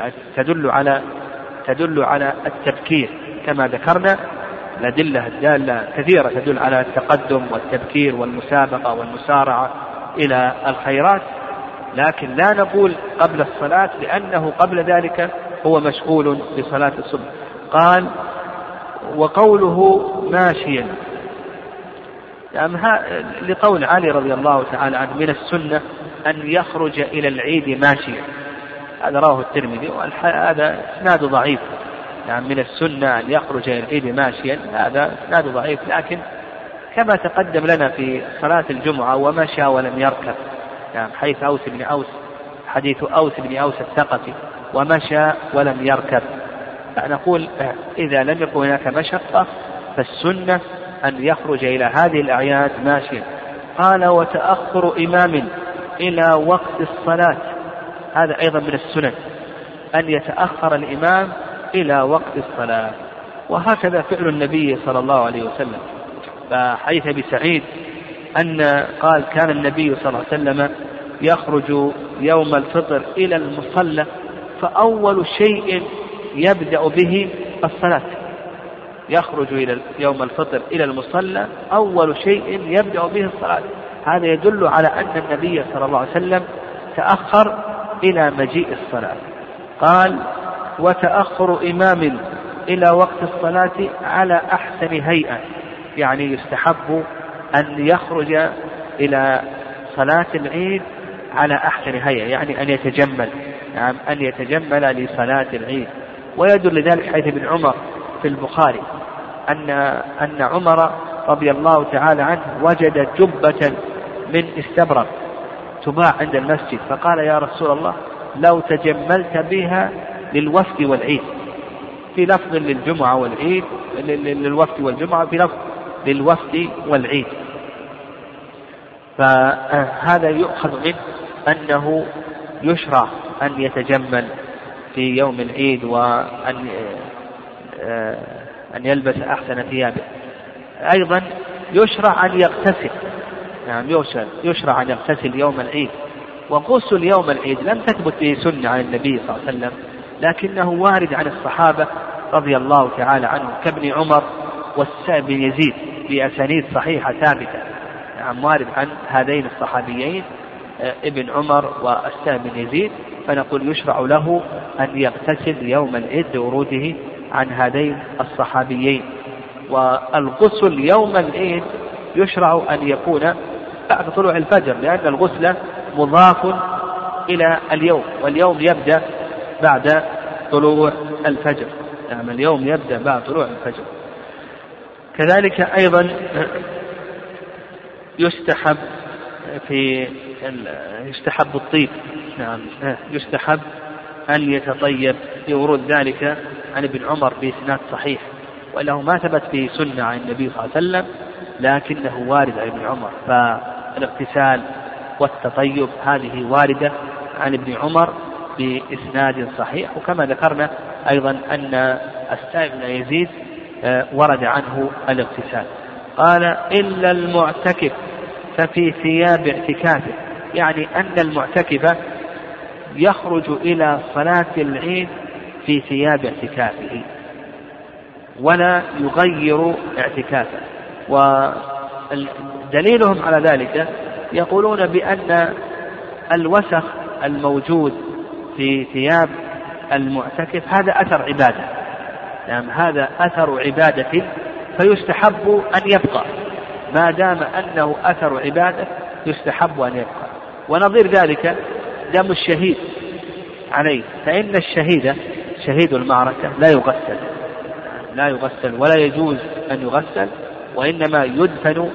تدل على التبكير كما ذكرنا، الأدلة الدالة كثيرة تدل على التقدم والتبكير والمسابقة والمسارعة إلى الخيرات، لكن لا نقول قبل الصلاة لأنه قبل ذلك هو مشغول بصلاة الصبح. قال وقوله ماشيا، يعني لقول علي رضي الله تعالى عنه من السنة أن يخرج إلى العيد ماشيا، هذا رواه الترمذي وهذا اسناد ضعيف. يعني من السنة أن يخرج إلى العيد ماشيا، هذا اسناد ضعيف، لكن كما تقدم لنا في صلاة الجمعة ومشى ولم يركب، يعني حيث حديث أوس بن أوس الثقفي ومشى ولم يركب، فنقول إذا لم يكن هناك مشقة فالسنة أن يخرج إلى هذه الأعياد ماشيا. قال وتأخر إمام إلى وقت الصلاة، هذا أيضا من السنن أن يتأخر الإمام إلى وقت الصلاة، وهكذا فعل النبي صلى الله عليه وسلم. فحديث أبي سعيد أن قال كان النبي صلى الله عليه وسلم يخرج يوم الفطر إلى المصلى فأول شيء يبدأ به الصلاة، يخرج إلى يوم الفطر إلى المصلى أول شيء يبدأ به الصلاة. هذا يدل على أن النبي صلى الله عليه وسلم تأخر إلى مجيء الصلاة. قال وتأخر إمام إلى وقت الصلاة على أحسن هيئة، يعني يستحب أن يخرج إلى صلاة العيد على أحسن هيئة، يعني أن يتجمل، يعني أن يتجمل لصلاة العيد. ويدل لذلك حيث ابن عمر في البخاري أن عمر رضي الله تعالى عنه وجد جبة من استبرق تباع عند المسجد، فقال يا رسول الله لو تجملت بها للوفد والعيد، في لفظ للجمعة والعيد، للوفد والجمعة، في لفظ للوفد والعيد. فهذا يؤخذ منه أنه يشرع أن يتجمل في يوم العيد وأن يلبس أحسن ثيابه. أيضا يشرع أن يغتسل، يعني يشرع أن يغتسل يوم العيد. وغسل يوم العيد لم تثبت به سنة عن النبي صلى الله عليه وسلم، لكنه وارد عن الصحابة رضي الله تعالى عنهم كابن عمر والسائب بن يزيد بأسانيد صحيحة ثابتة، يعني وارد عن هذين الصحابيين ابن عمر والسائب بن يزيد، فنقول يشرع له أن يغتسل يوم العيد لوروده عن هذين الصحابيين. والغسل يوم العيد يشرع أن يكون بعد طلوع الفجر، لأن الغسل مضاف إلى اليوم، واليوم يبدأ بعد طلوع الفجر، يعني اليوم يبدأ بعد طلوع الفجر. كذلك أيضا يستحب الطيب، نعم يستحب أن يتطيب، يورد ذلك عن ابن عمر بإسناد صحيح، وله ما ثبت به سنة عن النبي صلى الله عليه وسلم لكنه وارد عن ابن عمر. فالاغتسال والتطيب هذه واردة عن ابن عمر بإسناد صحيح. وكما ذكرنا أيضا أن السائب بن يزيد ورد عنه الاغتسال. قال إلا المعتكف ففي ثياب اعتكافه، يعني أن المعتكف يخرج إلى صلاة العيد في ثياب اعتكافه ولا يغير اعتكافه. ودليلهم على ذلك يقولون بأن الوسخ الموجود في ثياب المعتكف هذا أثر عبادة، يعني هذا أثر عبادة فيستحب أن يبقى، ما دام أنه أثر عبادة يستحب أن يبقى. ونظير ذلك دم الشهيد عليه، فإن الشهيد شهيد المعركة لا يغسل ولا يجوز أن يغسل، وإنما يدفن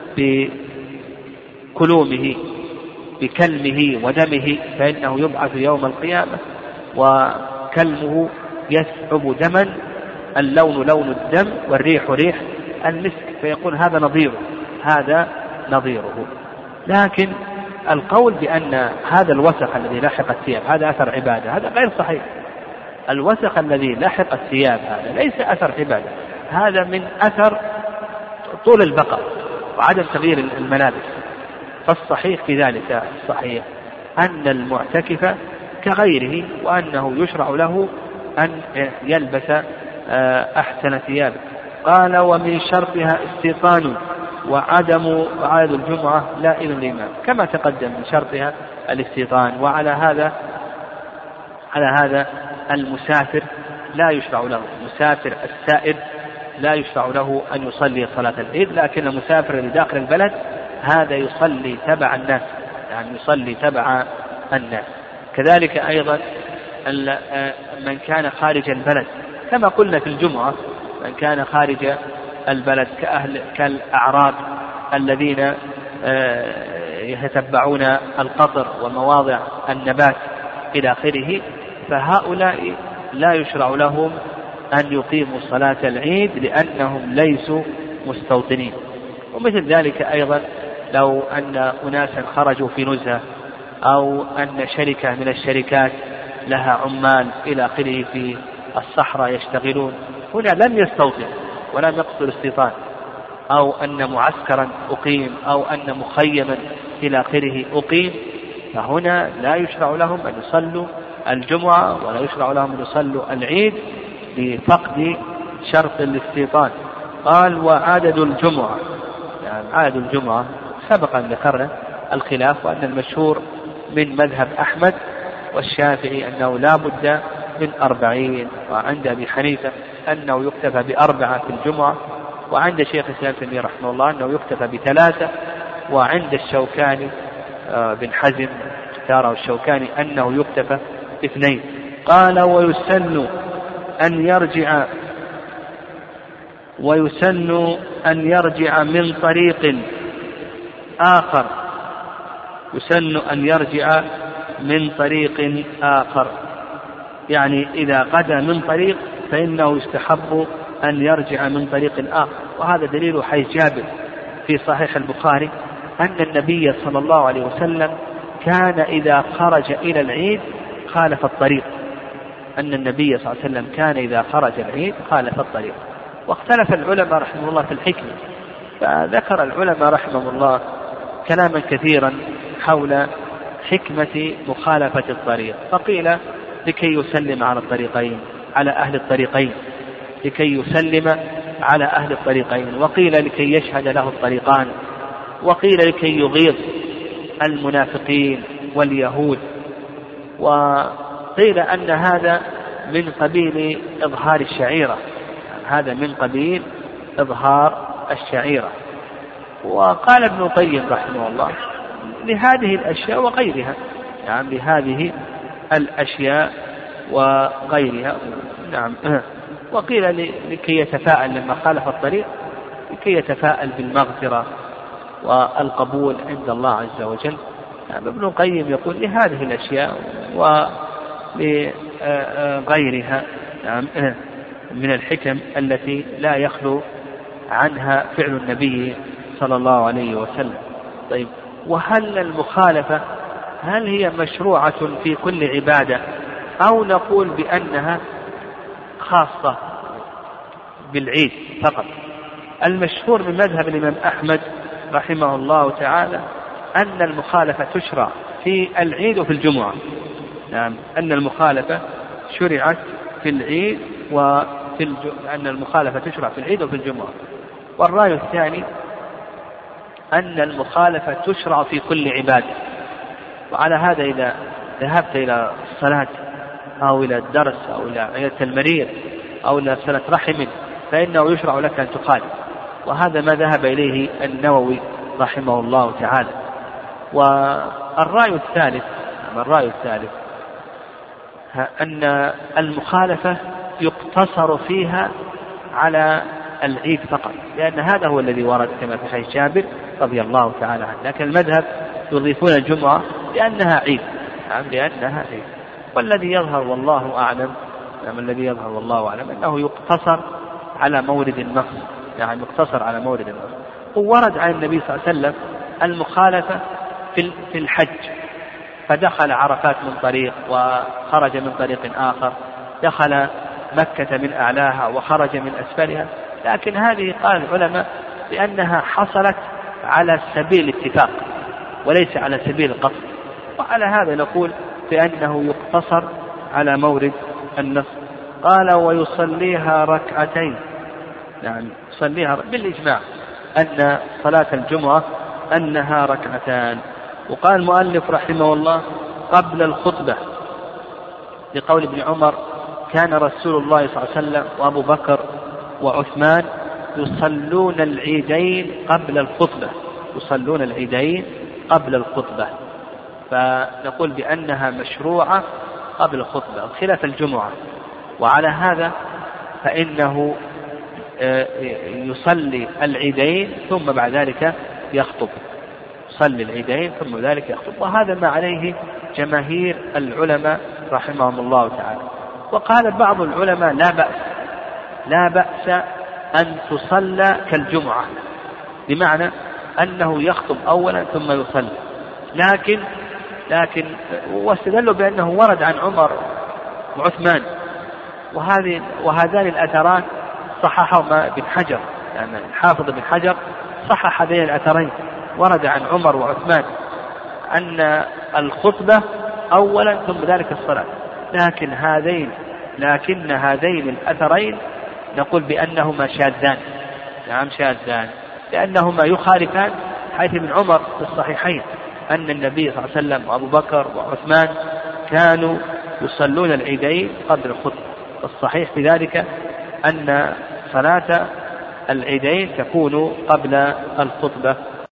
بكلومه بكلمه ودمه، فإنه يبعث يوم القيامة وكلمه يسحب دما، اللون لون الدم والريح ريح المسك، فيقول هذا نظيره. لكن القول بأن هذا الوسخ الذي لحق الثياب هذا أثر عبادة هذا غير صحيح، الوسخ الذي لحق الثياب هذا ليس أثر عبادة، هذا من أثر طول البقاء وعدم تغيير الملابس. فالصحيح في ذلك الصحيح أن المعتكف كغيره، وأنه يشرع له أن يلبس أحسن ثيابه. قال ومن شرطها استيطان وعدم الجمعة لا إذن الإمام، كما تقدم من شرطها الاستيطان. وعلى هذا المسافر لا يشرع له، المسافر السائر لا يشرع له أن يصلي صلاة العيد، لكن المسافر اللي داخل البلد هذا يصلي تبع الناس، يعني يصلي تبع الناس. كذلك أيضا من كان خارج البلد كما قلنا في الجمعة، من كان خارج البلد كالأعراب الذين يتتبعون القطر ومواضع النبات إلى آخره، فهؤلاء لا يشرع لهم أن يقيموا صلاة العيد لأنهم ليسوا مستوطنين. ومثل ذلك أيضا لو أن أناسا خرجوا في نزهة، أو أن شركة من الشركات لها عمال إلى آخره في الصحراء يشتغلون، هنا لم يستوطن ولم يقصد الاستيطان، أو أن معسكرا أقيم، أو أن مخيما إلى آخره أقيم، فهنا لا يشرع لهم أن يصلوا الجمعة ولا يشرع لهم أن يصلوا العيد لفقد شرط الاستيطان. قال وعدد الجمعة، يعني عدد الجمعة سبق أن ذكرنا الخلاف، وأن المشهور من مذهب أحمد والشافعي أنه لا بد من 40، وعند أبي حنيفة أنه يكتفى ب4 في الجمعة، وعند شيخ الإسلام ابن تيمية رحمه الله أنه يكتفى ب3، وعند الشوكاني بن حزم اختاره الشوكاني أنه يكتفى ب2. قال ويسن أن يرجع من طريق آخر، يسن أن يرجع من طريق آخر، يعني إذا قدم من طريق فإنه يستحب أن يرجع من طريق آخر. وهذا دليل حديث جابر في صحيح البخاري أن النبي صلى الله عليه وسلم كان إذا خرج إلى العيد خالف الطريق، أن النبي صلى الله عليه وسلم كان إذا خرج العيد خالف الطريق. واختلف العلماء رحمه الله في الحكمة، فذكر العلماء رحمه الله كلاما كثيرا حول حكمة مخالفة الطريق، فقيل لكي يسلم على الطريقين، على أهل الطريقين، لكي يسلم على أهل الطريقين، وقيل لكي يشهد له الطريقان، وقيل لكي يغيظ المنافقين واليهود، وقيل أن هذا من قبيل إظهار الشعيرة، هذا من قبيل إظهار الشعيرة. وقال ابن القيم رحمه الله لهذه الأشياء وغيرها، يعني لهذه الأشياء وغيرها، نعم. وقيل لكي يتفاءل لما خالف الطريق، لكي يتفاءل بالمغفرة والقبول عند الله عز وجل. يعني ابن القيم يقول لهذه الأشياء ولغيرها من الحكم التي لا يخلو عنها فعل النبي صلى الله عليه وسلم. طيب، وهل المخالفة هل هي مشروعة في كل عبادة، أو نقول بأنها خاصة بالعيد فقط؟ المشهور من مذهب الإمام أحمد رحمه الله تعالى أن المخالفة تشرع في العيد وفي الجمعة، نعم، أن المخالفة شرعت في العيد أن المخالفة تشرع في العيد وفي الجمعة. والرأي الثاني أن المخالفة تشرع في كل عبادة. وعلى هذا إذا ذهبت إلى الصلاة أو إلى الدرس أو إلى عيادة المريض أو إلى صلة رحم فإنه يشرع لك أن تخالف، وهذا ما ذهب إليه النووي رحمه الله تعالى. والرأي الثالث أن المخالفة يقتصر فيها على العيد فقط، لأن هذا هو الذي ورد كما في حديث جابر رضي الله تعالى عنه. لكن المذهب يضيفون الجمعة لأنها عيد، والذي يظهر والله أعلم، أنه يقتصر على مورد النص، يعني يقتصر على مورد النص. وورد عن النبي صلى الله عليه وسلم المخالفة في الحج، فدخل عرفات من طريق وخرج من طريق آخر، دخل مكة من أعلاها وخرج من أسفلها، لكن هذه قال العلماء بأنها حصلت على سبيل الاتفاق وليس على سبيل القصد، وعلى هذا نقول بأنه يقتصر على مورد النص. قال ويصليها ركعتين، يعني يصليها بالإجماع أن صلاة الجمعة أنها ركعتان. وقال المؤلف رحمه الله قبل الخطبة لقول ابن عمر كان رسول الله صلى الله عليه وسلم وأبو بكر وعثمان يصلون العيدين قبل الخطبة، يصلون العيدين قبل الخطبة، فنقول بأنها مشروعة قبل الخطبة خلاف الجمعة. وعلى هذا فإنه يصلي العيدين ثم بعد ذلك يخطب، يصلي العيدين ثم ذلك يخطب، وهذا ما عليه جماهير العلماء رحمهم الله تعالى. وقال بعض العلماء لا بأس أن تصلى كالجمعة، بمعنى أنه يخطب أولا ثم يصلي، لكن واستدلوا بأنه ورد عن عمر وعثمان، وهذان الأثران صححهما ابن حجر، يعني الحافظ ابن حجر صحح هذين الأثرين، ورد عن عمر وعثمان أن الخطبة أولا ثم ذلك الصلاة، لكن هذين الأثرين نقول بأنهما شاذان، نعم شاذان، لأنهما يخالفان، حيث ابن عمر في الصحيحين أن النبي صلى الله عليه وسلم وأبو بكر وعثمان كانوا يصلون العيدين قبل الخطبة، الصحيح في ذلك أن صلاة العيدين تكون قبل الخطبة